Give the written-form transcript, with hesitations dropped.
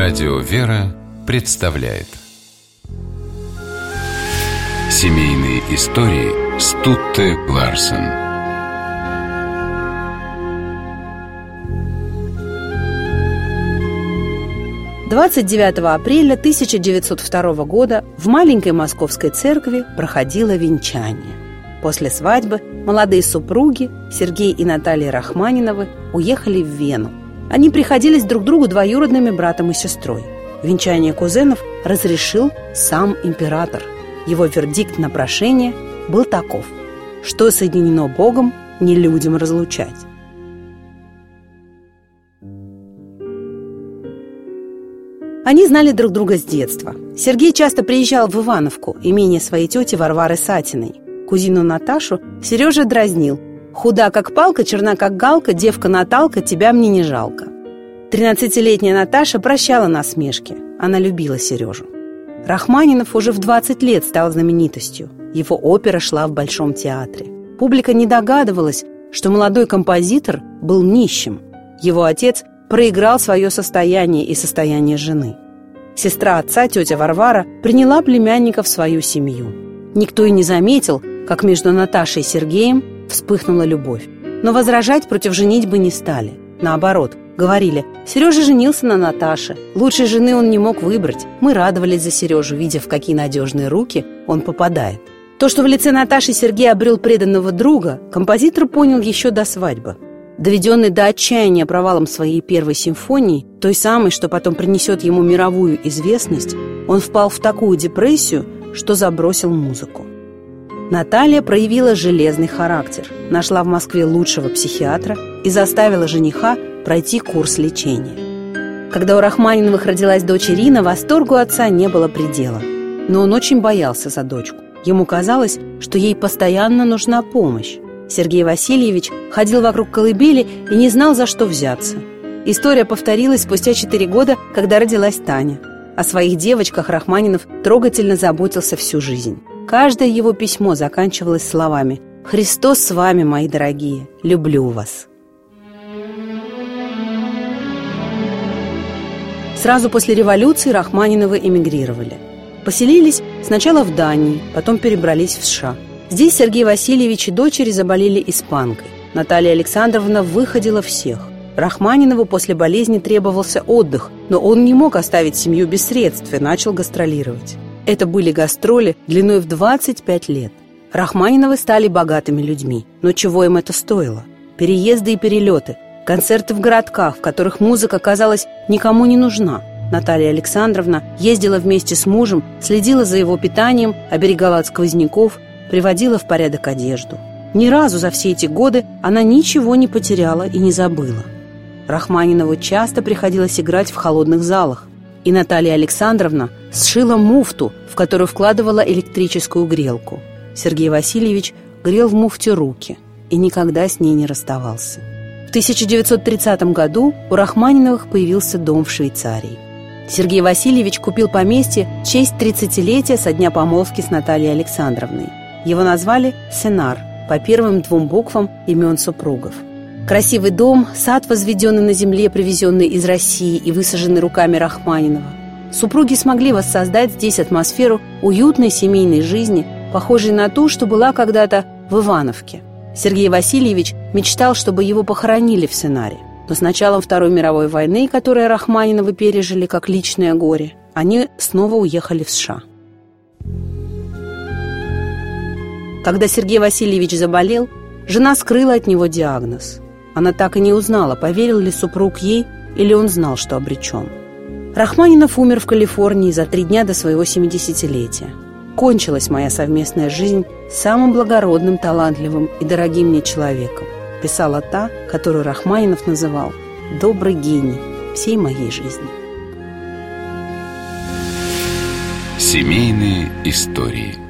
Радио «Вера» представляет семейные истории Стутте Ларсен. — 29 апреля 1902 года в маленькой московской церкви проходило венчание. После свадьбы молодые супруги Сергей и Наталья Рахманиновы уехали в Вену. Они приходились друг другу двоюродными братом и сестрой. Венчание кузенов разрешил сам император. Его вердикт на прошение был таков: что соединено Богом, не людям разлучать. Они знали друг друга с детства. Сергей часто приезжал в Ивановку, имение своей тети Варвары Сатиной. Кузину Наташу Сережа дразнил: «Худа, как палка, черна, как галка, девка Наталка, тебя мне не жалко». 13-летняя Наташа прощала насмешки. Она любила Сережу. Рахманинов уже в 20 лет стал знаменитостью. Его опера шла в Большом театре. Публика не догадывалась, что молодой композитор был нищим. Его отец проиграл свое состояние и состояние жены. Сестра отца, тетя Варвара, приняла племянника в свою семью. Никто и не заметил, как между Наташей и Сергеем вспыхнула любовь. Но возражать против женитьбы не стали. Наоборот, говорили: «Сережа женился на Наташе. Лучшей жены он не мог выбрать. Мы радовались за Сережу, видя, в какие надежные руки он попадает». То, что в лице Наташи Сергей обрел преданного друга, композитор понял еще до свадьбы. Доведенный до отчаяния провалом своей первой симфонии, той самой, что потом принесет ему мировую известность, он впал в такую депрессию, что забросил музыку. Наталья проявила железный характер, нашла в Москве лучшего психиатра и заставила жениха пройти курс лечения. Когда у Рахманиновых родилась дочь Ирина, восторгу отца не было предела. Но он очень боялся за дочку. Ему казалось, что ей постоянно нужна помощь. Сергей Васильевич ходил вокруг колыбели и не знал, за что взяться. История повторилась спустя 4 года, когда родилась Таня. О своих девочках Рахманинов трогательно заботился всю жизнь. Каждое его письмо заканчивалось словами: «Христос с вами, мои дорогие, люблю вас». Сразу после революции Рахманиновы эмигрировали. Поселились сначала в Дании, потом перебрались в США. Здесь Сергей Васильевич и дочери заболели испанкой. Наталья Александровна выходила всех. Рахманинову после болезни требовался отдых, но он не мог оставить семью без средств и начал гастролировать. Это были гастроли длиной в 25 лет. Рахманиновы стали богатыми людьми. Но чего им это стоило? Переезды и перелеты, концерты в городках, в которых музыка, казалось, никому не нужна. Наталья Александровна ездила вместе с мужем, следила за его питанием, оберегала от сквозняков, приводила в порядок одежду. Ни разу за все эти годы она ничего не потеряла и не забыла. Рахманинову часто приходилось играть в холодных залах. И Наталья Александровна сшила муфту, в которую вкладывала электрическую грелку. Сергей Васильевич грел в муфте руки и никогда с ней не расставался. В 1930 году у Рахманиновых появился дом в Швейцарии. Сергей Васильевич купил поместье в честь 30-летия со дня помолвки с Натальей Александровной. Его назвали «Сенар» по первым 2 буквам имен супругов. Красивый дом, сад, возведенный на земле, привезенный из России и высаженный руками Рахманинова. Супруги смогли воссоздать здесь атмосферу уютной семейной жизни, похожей на ту, что была когда-то в Ивановке. Сергей Васильевич мечтал, чтобы его похоронили в Сенаре. Но с началом Второй мировой войны, которую Рахманиновы пережили как личное горе, они снова уехали в США. Когда Сергей Васильевич заболел, жена скрыла от него диагноз. Она так и не узнала, поверил ли супруг ей, или он знал, что обречен. Рахманинов умер в Калифорнии за 3 дня до своего 70-летия. «Кончилась моя совместная жизнь с самым благородным, талантливым и дорогим мне человеком», писала та, которую Рахманинов называл «добрый гений всей моей жизни». Семейные истории.